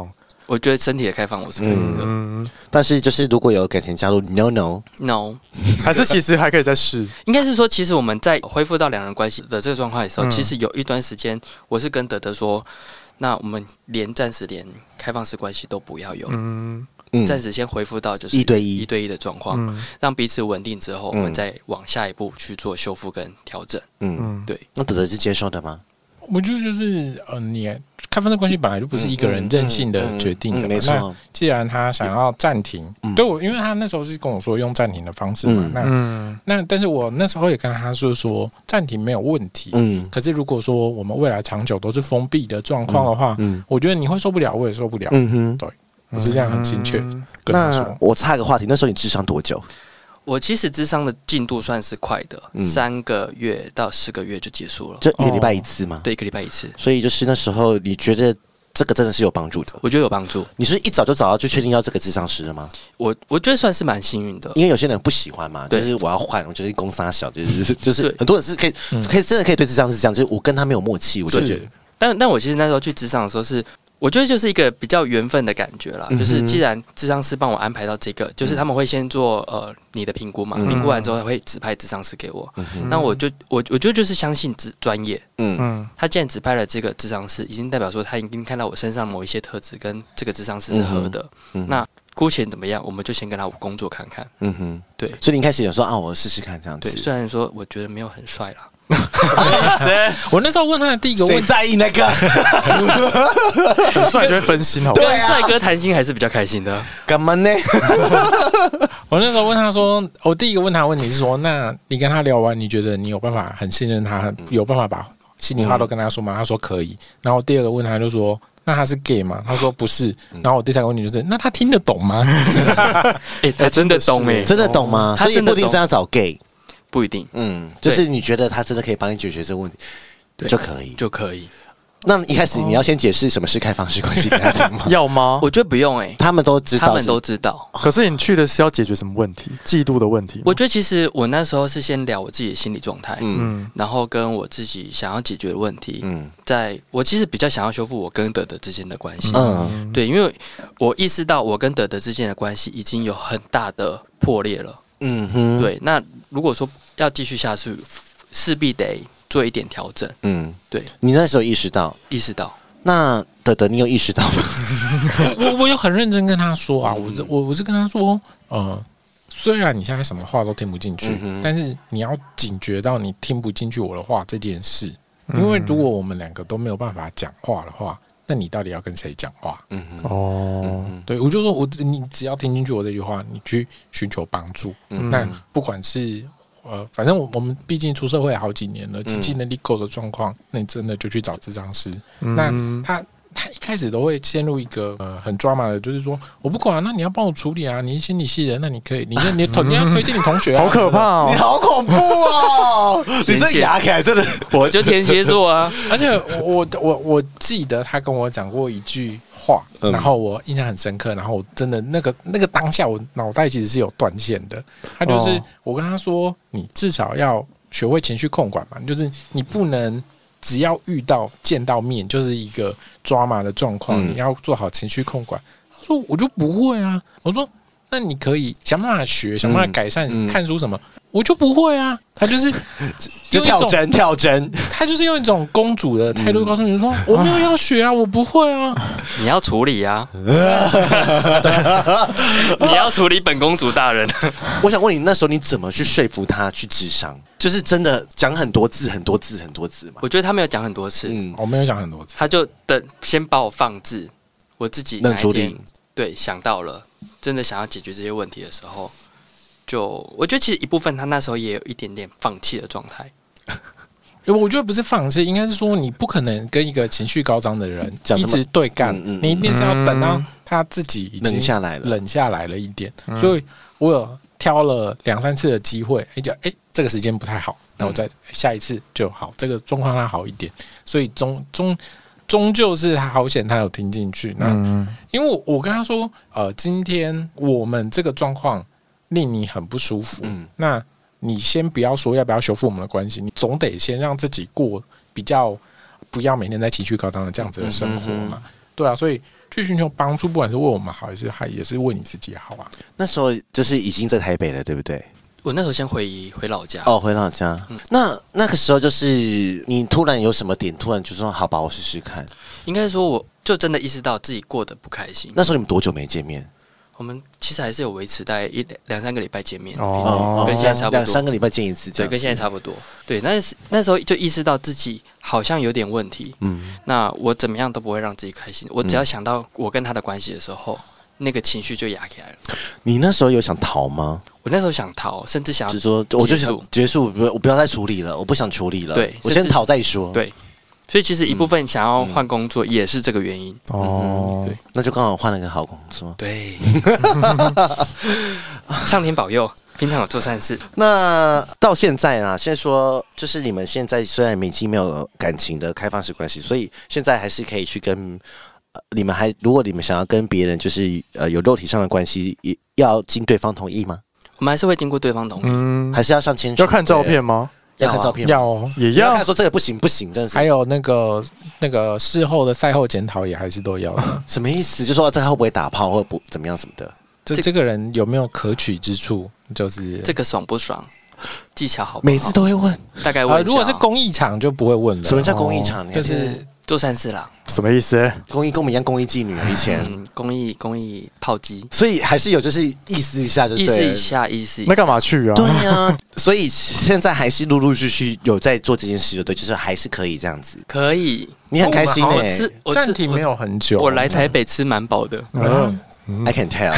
我觉得身体的开放我是可以的。 嗯， 但是就是如果有感情加入 ，no no no， 还是其实还可以再试。 应该是说，其实我们在恢复到两人关系的这个状况的时候， 嗯其实有一段时间，我是跟德德说，那我们连暂时连开放式关系都不要有， 嗯暂时先恢复到就是一对一一对一的状况， 嗯让彼此稳定之后， 嗯我们再往下一步去做修复跟调整。 嗯， 嗯， 对， 那德德是接受的吗？ 我觉得就是呃，你开放式关系本来就不是一个人任性的决定的嘛。 嗯嗯嗯嗯没错那既然他想要暂停， 嗯对我，因为他那时候是跟我说用暂停的方式嘛。 嗯那嗯那但是我那时候也跟他说说暂停没有问题。 嗯可是如果说我们未来长久都是封闭的状况的话， 嗯我觉得你会受不了，我也受不了。 嗯哼。 对，我是这样很精确跟他那说。 我插个话题，那时候你智商多久？ 我其实諮商的进度算是快的， 嗯三个月到四个月就结束了， 就一个礼拜一次吗？ 对，一个礼拜一次， 所以就是那时候你觉得这个真的是有帮助的？ 我觉得有帮助。 你是一早就找到就确定要这个智商师了吗？ 我我觉得算是蛮幸运的。 因为有些人不喜欢嘛，就对是我要换，我觉得公杀小，就是就是对很多人是可以可以真的可以对智商是这样，就是我跟他没有默契，我就觉得但但我其实那时候去諮商的时候是，我觉得就是一个比较缘分的感觉啦。 嗯哼就是既然諮商师帮我安排到这个，就是他们会先做呃你的评估嘛， 嗯评估完之后会指派諮商师给我。 嗯哼那我就我我觉得就是相信专专业。 嗯嗯他既然指派了这个諮商师，已经代表说他已经看到我身上某一些特质跟这个諮商师是合的。 嗯哼那姑且怎么样，我们就先跟他工作看看。 嗯哼， 对所以你一开始有说啊，我试试看这样对， 子， 虽然说我觉得没有很帅啦， 我那时候问他的第一个问谁题， 在意那个？ 很帅就会分心，好不好？ 跟帅哥谈心还是比较开心的。 干嘛呢？ 我那时候问他说，我第一个问他的问题是说，那你跟他聊完，你觉得你有办法很信任他，很有办法把心里话都跟他说吗？他说可以。然后第二个问他就说，那他是 gay 吗？他说不是。然后我第三个问题就是，那他听得懂吗？ 哎、他真的懂哎、 真的懂吗？所以他真的懂不一定这样找 gay， 不一定嗯，就是你觉得他真的可以帮你解决这个问题， 对就可以。 就可以。 那一开始你要先解释什么是开放式关系给他听吗？ 要吗？ 我觉得不用哎、 他们都知道， 他们都知道。 可是你去的是要解决什么问题？嫉妒的问题吗？ 我觉得其实我那时候是先聊我自己的心理状态， 嗯嗯然后跟我自己想要解决的问题。 嗯在我其实比较想要修复我跟德德之间的关系。 嗯对，因为我意识到我跟德德之间的关系已经有很大的破裂了。 嗯哼， 对，那如果说要继续下去，势必得做一点调整。 嗯， 对， 你那时候意识到， 意识到。 那德德，你有意识到吗？ 我我有很认真跟他说啊，我我我是跟他说，呃，虽然你现在什么话都听不进去， 嗯哼但是你要警觉到你听不进去我的话这件事，因为如果我们两个都没有办法讲话的话，那你到底要跟谁讲话？ 嗯哼， 哦， 对，我就说我你只要听进去我这句话，你去寻求帮助。 嗯那不管是呃，反正我我们毕竟出社会好几年了， 嗯经济能力够的状况，那你真的就去找咨商师。 嗯那他他一开始都会陷入一个呃很 drama 的，就是说我不管、啊，那你要帮我处理啊，你是心理系的，那你可以，你你你你要推荐你同学、啊， 好可怕你哦！ 好恐怖哦！你这牙起来真的， 我就天蝎座啊， 而且我我我我记得他跟我讲过一句话， 嗯然后我印象很深刻，然后我真的那个那个当下我脑袋其实是有断线的。他就是、 哦我跟他说，你至少要学会情绪控管嘛，就是你不能只要遇到见到面就是一个drama的状况， 嗯你要做好情绪控管。他说我就不会啊，我说那你可以想办法学，想办法改善， 嗯嗯看书什么。我就不会啊，他就是就用一种跳针跳针， 他就是用一种公主的态度告诉你说：“我没有要学啊，我不会啊。 你要处理啊，你要处理本公主大人。 我想问你，那时候你怎么去说服他去智商？就是真的讲很多字、很多字、很多字嘛？ 我觉得他没有讲很多次， 嗯”， 我没有讲很多次， 他就等先把我放置，我自己哪冷处一天理。 对想到了，真的想要解决这些问题的时候，就我觉得其实一部分他那时候也有一点点放弃的状态。 因为我觉得不是放弃，应该是说你不可能跟一个情绪高涨的人讲这么一直对干， 嗯嗯嗯你一定是要等到他自己已经冷下来了冷下来了一点。所以我有挑了两三次的机会，哎，就哎这个时间不太好，那我再下一次就好，这个状况让他好一点。所以终终终究是他好险，他有听进去。那、 嗯因为我我跟他说，呃，今天我们这个状况令你很不舒服， 嗯那你先不要说要不要修复我们的关系，你总得先让自己过比较不要每天在情绪高涨的这样子的生活嘛。对啊，所以去寻求帮助，不管是为我们好，还是还也是为你自己好啊。 那时候就是已经在台北了，对不对？ 我那时候先回回老家哦，回老家。嗯、那那个时候就是你突然有什么点，突然就说好吧，我试试看。 应该说，我就真的意识到自己过得不开心。 那时候你们多久没见面？ 我们其实还是有维持大概一两三个礼拜见面， 哦， 跟现在差不多， 两三个礼拜见一次， 对，跟现在差不多。对，那那时候就意识到自己好像有点问题。嗯，那我怎么样都不会让自己开心。我只要想到我跟他的关系的时候，那个情绪就压起来了。你那时候有想逃吗？ 我那时候想逃，甚至想要就是说，我就想结束，我不要再处理了，我不想处理了。 对， 我先逃再说。 对。所以其实一部分想要换工作也是这个原因哦，对，那就刚好换了个好工作。 对，上天保佑，平常有做善事。 那到现在啊，现在说就是你们现在虽然已经没有感情的开放式关系，所以现在还是可以去跟、呃、你们还如果你们想要跟别人就是呃有肉体上的关系，也要经对方同意吗？ 我们还是会经过对方同意， 嗯， 还是要上签署？ 要看照片吗？ 要看照片， 要、哦、 也要看说这个不行不行，真的是。 还有那个那个事后的赛后检讨也还是都要的。 什么意思？就说这会不会打炮或不怎么样什么的？ 这这个人有没有可取之处？就是这个爽不爽，技巧好不好， 每次都会问。 大概问、呃、 如果是公益场就不会问了。 什么叫公益场？ 哦、就是做善事啦。 什么意思？ 公益跟我们一样，公益妓女以前、 嗯、公益公益炮击， 所以还是有就是意思一下就对了， 意思一下，意思一下。 那干嘛去啊？ 对啊，所以现在还是陆陆续续有在做这件事，就对，就是还是可以这样子。 可以， 你很开心哎、 欸！ 暂停没有很久， 我来台北吃蛮饱的。 嗯 ，I can tell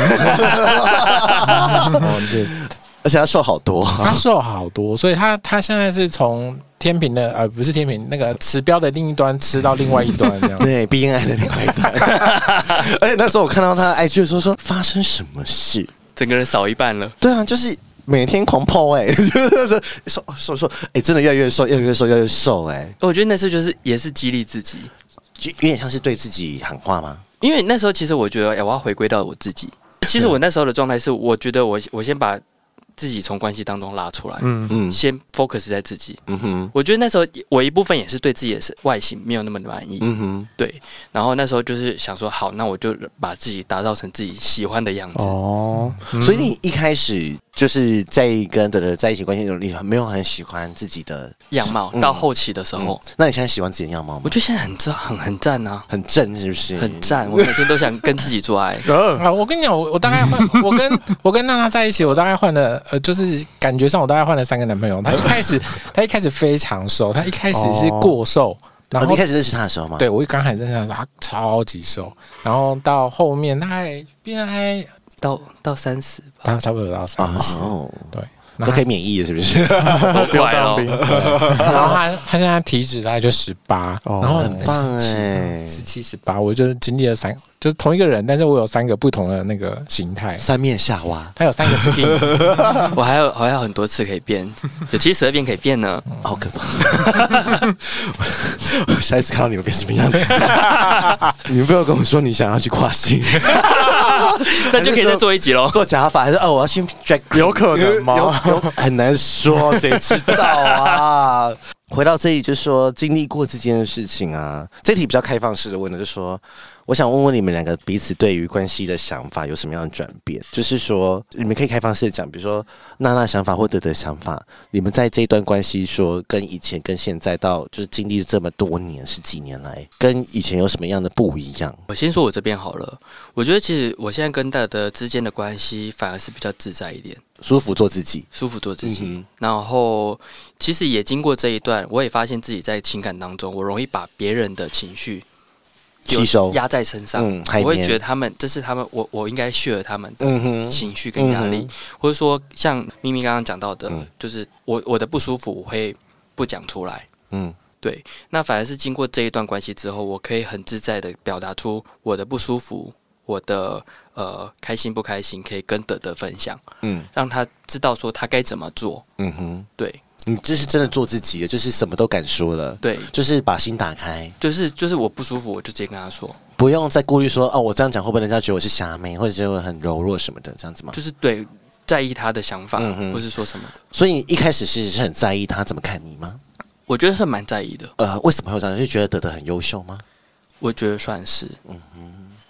哦，对， 而且他瘦好多， 他瘦好多，所以他他现在是从天平的呃不是天平那个池标的另一端吃到另外一端这样， 对 ，B N I 的另外一端。而且那时候我看到他的 I G 的时候说发生什么事， 整个人少一半了。 对啊，就是每天狂泡哎、欸，就是瘦瘦瘦，哎、欸，真的越来越瘦，越来越瘦，越来越瘦哎、欸。 我觉得那时候就是也是激励自己， 就有点像是对自己喊话吗？ 因为那时候其实我觉得，哎，我要回归到我自己。其实我那时候的状态是，我觉得我我先把自己从关系当中拉出来，嗯嗯，先 focus 在自己，嗯哼。我觉得那时候我一部分也是对自己的外形没有那么满意，嗯哼，对。然后那时候就是想说，好，那我就把自己打造成自己喜欢的样子。哦， 嗯、所以你一开始就是在跟德德在一起关系中，你没有很喜欢自己的样貌，嗯、到后期的时候、 嗯，那你现在喜欢自己的样貌吗？ 我觉得现在很赞，很很赞啊， 很正，是不是？ 很赞，我每天都想跟自己做爱。 啊，我跟你讲，我我大概换，我跟我跟娜娜在一起，我大概换了，呃，就是感觉上我大概换了三个男朋友。他一开始，他一开始非常瘦，他一开始是过瘦。然后一开始认识他的时候吗？ 对，我刚开始认识他的时候，他超级瘦，然后到后面大概变态到到三十吧， 他差不多到三十，哦，对， 都可以免疫了，是不是？ 都不要当兵。 然后他他现在体脂大概就十八，然后很棒哎， 十七十八，我就经历了三，就是同一个人，但是我有三个不同的那个形态， 三面夏娃， 他有三个 skin， 我还有还有很多次可以变，有七十二变可以变呢， 好可怕！下一次看到你们变什么样子，你们不要跟我说你想要去跨性， 那就可以再做一集喽。 做假发还是哦，我要去 drag， 有可能吗？ 有有很难说，谁知道啊？回到这里，就说经历过这件事情啊，这题比较开放式的问的，就说我想问问你们两个彼此对于关系的想法有什么样的转变？就是说，你们可以开放式的讲，比如说娜娜想法或德德想法，你们在这一段关系说跟以前跟现在到就是经历了这么多年十几年来，跟以前有什么样的不一样？ 我先说我这边好了，我觉得其实我现在跟德德之间的关系反而是比较自在一点。 舒服做自己， 舒服做自己。嗯、然后，其实也经过这一段，我也发现自己在情感当中，我容易把别人的情绪吸收压在身上。嗯、我会觉得他们这是他们，我我应该 share 他们的情绪跟压力，嗯、或者说像咪咪刚刚讲到的，嗯、就是我我的不舒服，我会不讲出来。嗯，对。那反而是经过这一段关系之后，我可以很自在的表达出我的不舒服，我的。呃，开心不开心可以跟德德分享，嗯，让他知道说他该怎么做，嗯哼，对， 你这是真的做自己的，就是什么都敢说了， 对， 就是把心打开， 就是就是我不舒服，我就直接跟他说， 不用再顾虑说哦，我这样讲会不会人家觉得我是瞎妹，或者觉得我很柔弱什么的，这样子吗？ 就是对，在意他的想法，嗯、或是说什么的。 所以你一开始是是很在意他怎么看你吗？ 我觉得是蛮在意的。 呃，为什么会这样？就觉得德德很优秀吗？ 我觉得算是，嗯哼。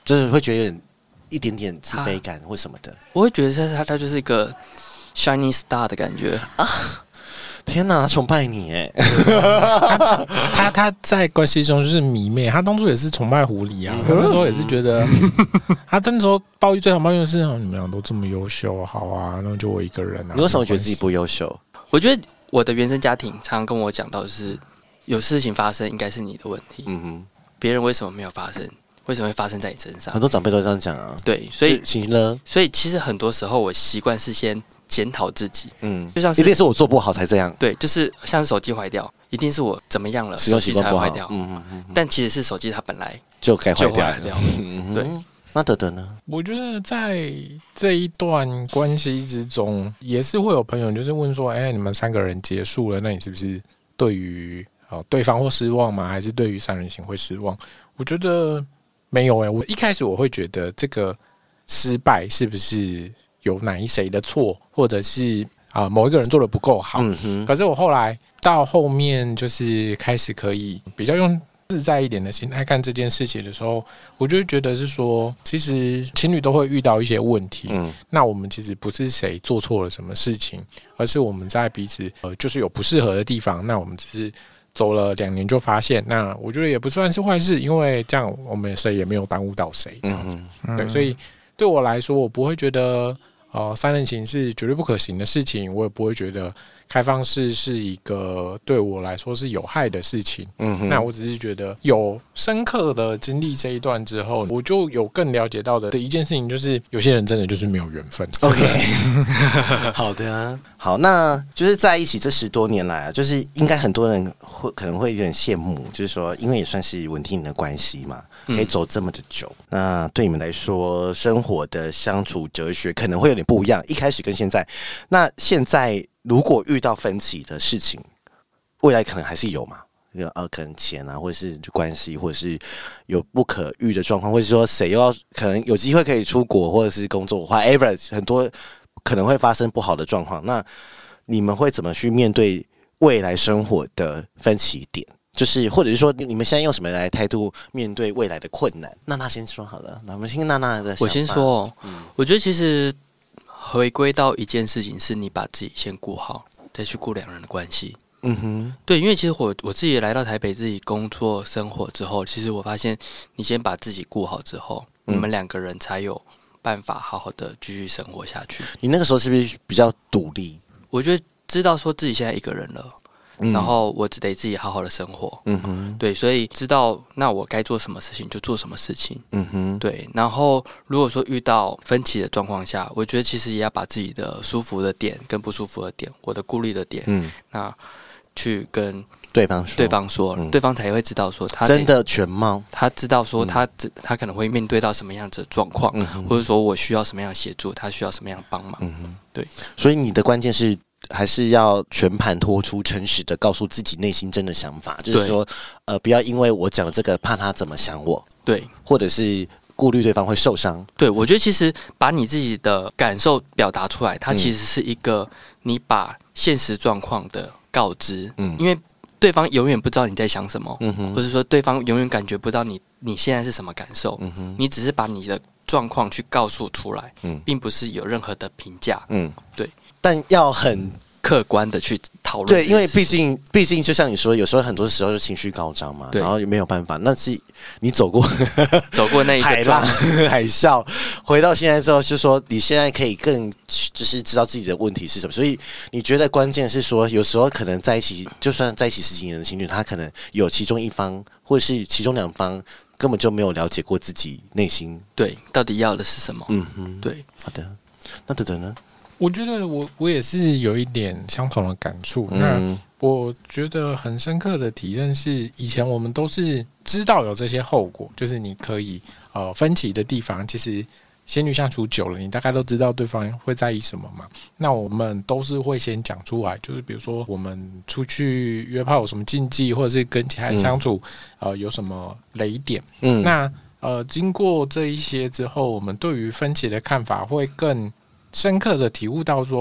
就是会觉得有点一点点自卑感或什么的。 我会觉得他他就是一个 shining star 的感觉啊！ 天哪，崇拜你哎！ 他他他在关系中就是迷妹，他当初也是崇拜狐狸啊。他那时候也是觉得，他那时候抱怨最常抱怨的是，你们俩都这么优秀，好啊，那就我一个人啊。 你为什么觉得自己不优秀？ 我觉得我的原生家庭常常跟我讲到，就是有事情发生应该是你的问题，嗯哼，别人为什么没有发生？为什么会发生在你身上？ 很多长辈都这样讲啊。 对，所以行了， 所以其实很多时候我习惯是先检讨自己，嗯，就像是一定是我做不好才这样。 对，就是像是手机坏掉，一定是我怎么样了， 使用习惯不好手机才坏掉。嗯嗯嗯。但其实是手机它本来就该坏掉。 掉嗯、对， 那德德呢？ 我觉得在这一段关系之中，也是会有朋友就是问说：“哎、欸，你们三个人结束了，那你是不是对于哦对方会失望吗？还是对于三人行会失望？”我觉得没有哎、欸，我一开始我会觉得这个失败是不是有哪一谁的错，或者是啊、呃、某一个人做的不够好。嗯哼。可是我后来到后面就是开始可以比较用自在一点的心态看这件事情的时候，我就觉得是说，其实情侣都会遇到一些问题。嗯。那我们其实不是谁做错了什么事情，而是我们在彼此呃就是有不适合的地方，那我们只是走了两年就发现，那我觉得也不算是坏事，因为这样我们谁也没有耽误到谁，这样子。嗯、对，所以对我来说，我不会觉得呃三人行是绝对不可行的事情，我也不会觉得开放式是一个对我来说是有害的事情。嗯，那我只是觉得有深刻的经历这一段之后，我就有更了解到的一件事情，就是有些人真的就是没有缘分。 OK， 好的、啊，好，那就是在一起这十多年来啊，就是应该很多人会可能会有点羡慕，就是说，因为也算是稳定的关系嘛，可以走这么的久。嗯、那对你们来说，生活的相处哲学可能会有点不一样，一开始跟现在。那现在如果遇到分歧的事情，未来可能还是有嘛？呃，可能钱啊，或者是关系，或者是有不可遇的状况，或者是说谁又要可能有机会可以出国，或者是工作 ，whatever， 很多可能会发生不好的状况。那你们会怎么去面对未来生活的分歧点？就是或者是说，你们现在用什么来态度面对未来的困难？娜娜先说好了，那我们听娜娜的想法。 我先说，嗯，我觉得其实回归到一件事情，是你把自己先顾好，再去顾两人的关系。嗯哼，对，因为其实我我自己来到台北自己工作生活之后，其实我发现你先把自己顾好之后，嗯、你们两个人才有办法好好的继续生活下去。 你那个时候是不是比较独立？ 我觉得知道说自己现在一个人了。嗯、然后我只得自己好好的生活，嗯哼，对，所以知道那我该做什么事情就做什么事情，嗯哼，对。然后如果说遇到分歧的状况下，我觉得其实也要把自己的舒服的点跟不舒服的点，我的顾虑的点，嗯，那去跟对方说， 对方说，嗯、对方才会知道说他真的全貌， 他知道说他、嗯、他可能会面对到什么样子的状况，嗯、或者说我需要什么样的协助，他需要什么样的帮忙，嗯哼，对。 所以你的关键是。还是要全盘托出，诚实的告诉自己内心真的想法，就是说，呃，不要因为我讲这个，怕他怎么想我， 对， 或者是顾虑对方会受伤。 对，我觉得其实把你自己的感受表达出来，它其实是一个你把现实状况的告知，嗯，因为对方永远不知道你在想什么，嗯哼，或者说对方永远感觉不到你你现在是什么感受，嗯哼，你只是把你的状况去告诉出来，嗯，并不是有任何的评价，嗯，对。 但要很客观的去讨论， 对，因为毕竟，毕竟就像你说，有时候很多时候就情绪高涨嘛，然后也没有办法。那是你走过走过那一个海浪海啸，回到现在之后，就说你现在可以更就是知道自己的问题是什么。所以你觉得关键是说，有时候可能在一起，就算在一起十几年的情侣，他可能有其中一方或者是其中两方根本就没有了解过自己内心， 对，到底要的是什么？嗯哼，对， 好的，那德德呢？ 我觉得我我也是有一点相同的感触。嗯、那我觉得很深刻的体验是，以前我们都是知道有这些后果，就是你可以呃分歧的地方，其实仙女相处久了，你大概都知道对方会在意什么嘛。那我们都是会先讲出来，就是比如说我们出去约炮有什么禁忌，或者是跟其他人相处、嗯、呃有什么雷点。嗯，那呃经过这一些之后，我们对于分歧的看法会更深刻的体悟到说，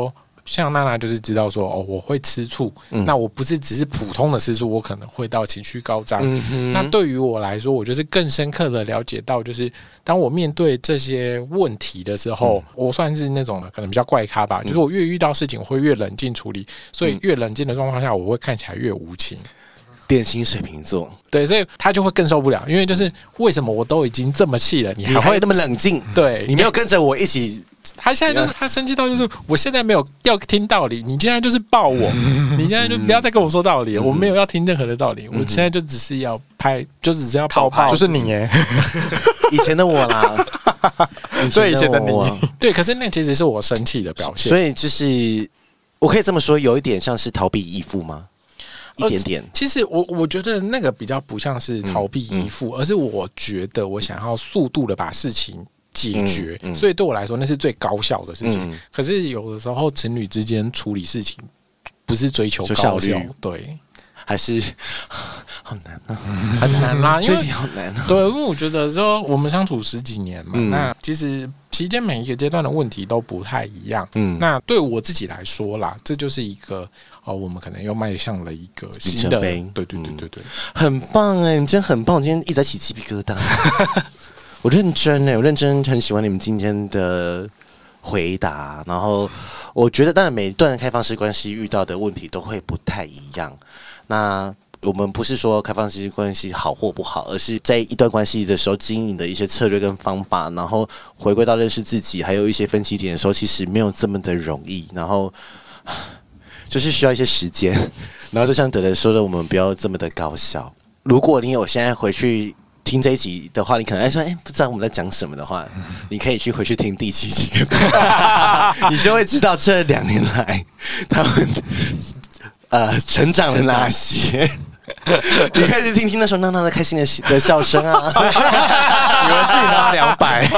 像娜娜就是知道说哦，我会吃醋，嗯、那我不是只是普通的吃醋，我可能会到情绪高涨。嗯、那对于我来说，我就是更深刻的了解到，就是当我面对这些问题的时候，嗯、我算是那种可能比较怪咖吧，嗯、就是我越遇到事情，我会越冷静处理，所以越冷静的状况下，我会看起来越无情。 典型水瓶座， 对，所以他就会更受不了，因为就是为什么我都已经这么气了，你还会你还那么冷静？ 对， 你没有跟着我一起。 他现在就是他生气到就是我现在没有要听道理，你现在就是抱我，你现在就不要再跟我说道理，我没有要听任何的道理，我现在就只是要拍，就只是要抱抱， 就是你耶， 以前的我啦， 对以前的你， 对，可是那其实是我生气的表现， 所以就是我可以这么说，有一点像是逃避依附吗？一点点。 其实我我觉得那个比较不像是逃避依附，而是我觉得我想要速度的把事情解决，嗯嗯、所以对我来说那是最高效的事情。嗯、可是有的时候情侣之间处理事情不是追求高效，对， 还是好难啊， 很难啊，因为好难啊。 对，因为我觉得说我们相处十几年嘛，嗯、那其实期间每一个阶段的问题都不太一样。嗯，那对我自己来说啦，这就是一个哦，我们可能又迈向了一个新的，对对对对对， 很棒哎，你真的很棒，我今天一直在起鸡皮疙瘩。我认真哎，我认真很喜欢你们今天的回答。然后我觉得，当然每一段开放式关系遇到的问题都会不太一样。那我们不是说开放式关系好或不好，而是在一段关系的时候经营的一些策略跟方法，然后回归到认识自己，还有一些分歧点的时候，其实没有这么的容易。然后就是需要一些时间。然后就像德德说的，我们不要这么的高效。如果你有现在回去听这一集的话，你可能说，哎、欸，不知道我们在讲什么的话，你可以去回去听第七集，你就会知道这两年来他们呃成长了哪些。你开始听听那时候娜娜的开心的的笑声啊， 以为自己拿两百，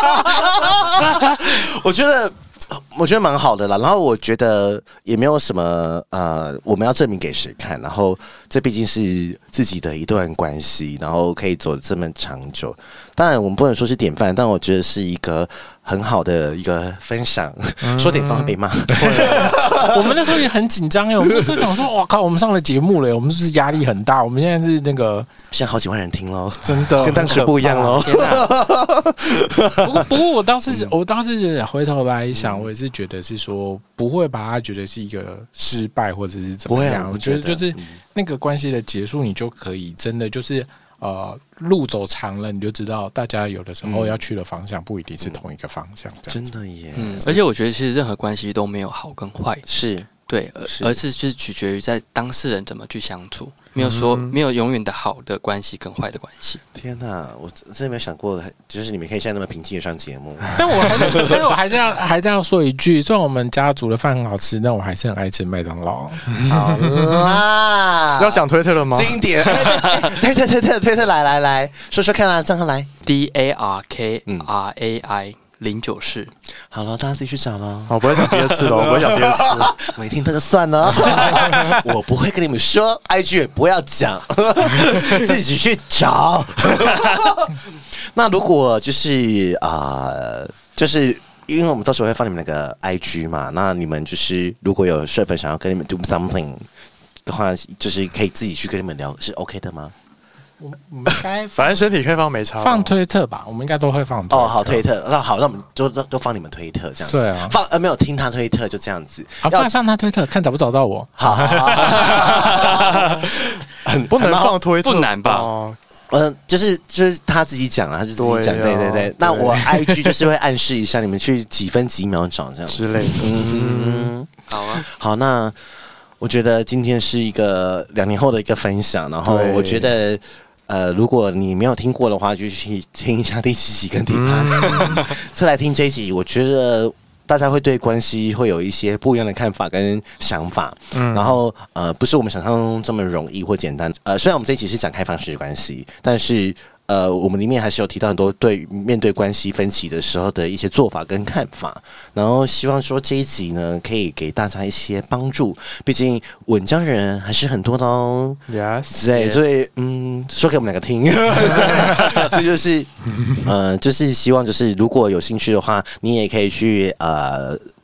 我觉得。我觉得蛮好的啦，然后我觉得也没有什么呃，我们要证明给谁看，然后这毕竟是自己的一段关系，然后可以走得这么长久。当然我们不能说是典范，但我觉得是一个很好的一个分享。嗯、说典范会被骂， 我们那时候也很紧张哎，我们那时候想说，哇靠，我们上了节目了，我们是不是压力很大？我们现在是那个， 现在好几万人听喽， 真的跟当时不一样喽。 不过不过我当时我当时回头来想，我也是觉得是说不会把它觉得是一个失败或者是怎么样。我觉得就是那个关系的结束，你就可以真的就是。呃，路走长了，你就知道大家有的时候要去的方向不一定是同一个方向。 真的耶， 嗯，而且我觉得其实任何关系都没有好跟坏， 是对，是而是是取决于在当事人怎么去相处，没有说、嗯、没有永远的好的关系跟坏的关系。 天哪，我真的没有想过，就是你们可以现在那么平静的上节目。 但我还是，但是我还是要还是要说一句，虽然我们家煮的饭很好吃，但我还是很爱吃麦当劳。 好啦， 要讲推特了吗？ 经典，推特推特推特来来来说说看啦，账号来 D A R K R A I。零九四， 好了，大家自己去找了。 我不会讲第二次了，我不会讲第二次， 没听那就算了。我不会跟你们说 ，I G 也不要讲，自己去找。那如果就是啊、呃，就是因为我们到时候会放你们那个 I G 嘛，那你们就是如果有社粉想要跟你们 do something 的话，就是可以自己去跟你们聊，是 OK 的吗？ 我们该反正身体开放没差， 放推特吧，我们应该都会放推特。 哦，好推特，那好，那我们就都都放你们推特这样子。 对啊， 放呃没有听他推特就这样子。 好，放放他推特，看找不找到我。 好，好好好不能放推特， 不难吧？ 嗯、呃，就是就是他自己讲啊，他就自己讲，对对对。那我 I G 就是会暗示一下你们去几分几秒找这样之类的。 嗯， 好啊， 好，那我觉得今天是一个两年后的一个分享，然后我觉得。呃，如果你没有听过的话，就去听一下第七集跟第八集，嗯、再来听这一集。我觉得大家会对关系会有一些不一样的看法跟想法。嗯，然后呃，不是我们想象中这么容易或简单。呃，虽然我们这一集是讲开放式关系，但是呃，我们里面还是有提到很多对面对关系分歧的时候的一些做法跟看法。然后希望说这一集呢，可以给大家一些帮助。毕竟稳交的人还是很多的哦。 Yes， 对，所以嗯，说给我们两个听，这就是呃，就是希望就是如果有兴趣的话，你也可以去呃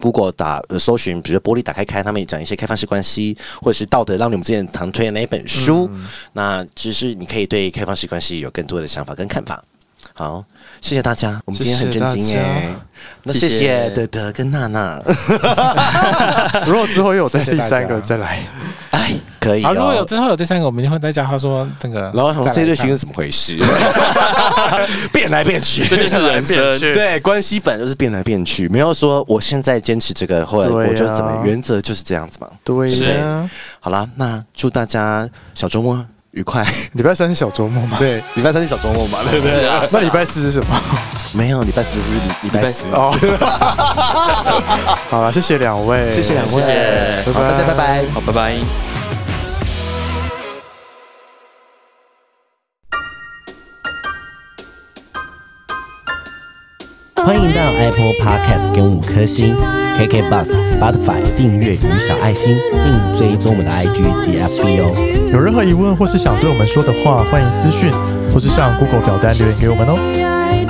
Google 打、呃、搜寻，比如玻璃打开开，他们也讲一些开放式关系，或者是道德让你们之前常推的那一本书。嗯、那其实你可以对开放式关系有更多的想法跟看法。好，谢谢大家，我们今天很震惊哎。那谢谢德德跟娜娜。 如果之后又有再第三个再来， 哎，可以、哦。 好，如果有之后有第三个，我们就会再叫他说那个。 然后这对情侣怎么回事？变来变去， 这就是人生。 对，关系本来就是变来变去，没有说我现在坚持这个，后来我就怎么，原则就是这样子嘛。 对呀。 好啦，那祝大家小周末愉快。 礼拜三是小周末嘛？ 对，礼拜三是小周末嘛？对不对？ 那礼拜四是什么？ 没有，礼拜四就是礼拜四哦。好了，谢谢两位， 谢谢两位， 谢谢， 好，大家拜拜， 好，拜拜。 欢迎到 Apple Podcast 给我们五颗星 ，K K Bus、Spotify 订阅与小爱心，并追踪我们的 I G 及 F B 哦。 有任何疑问或是想对我们说的话，欢迎私讯或是上 Google 表单留言给我们哦。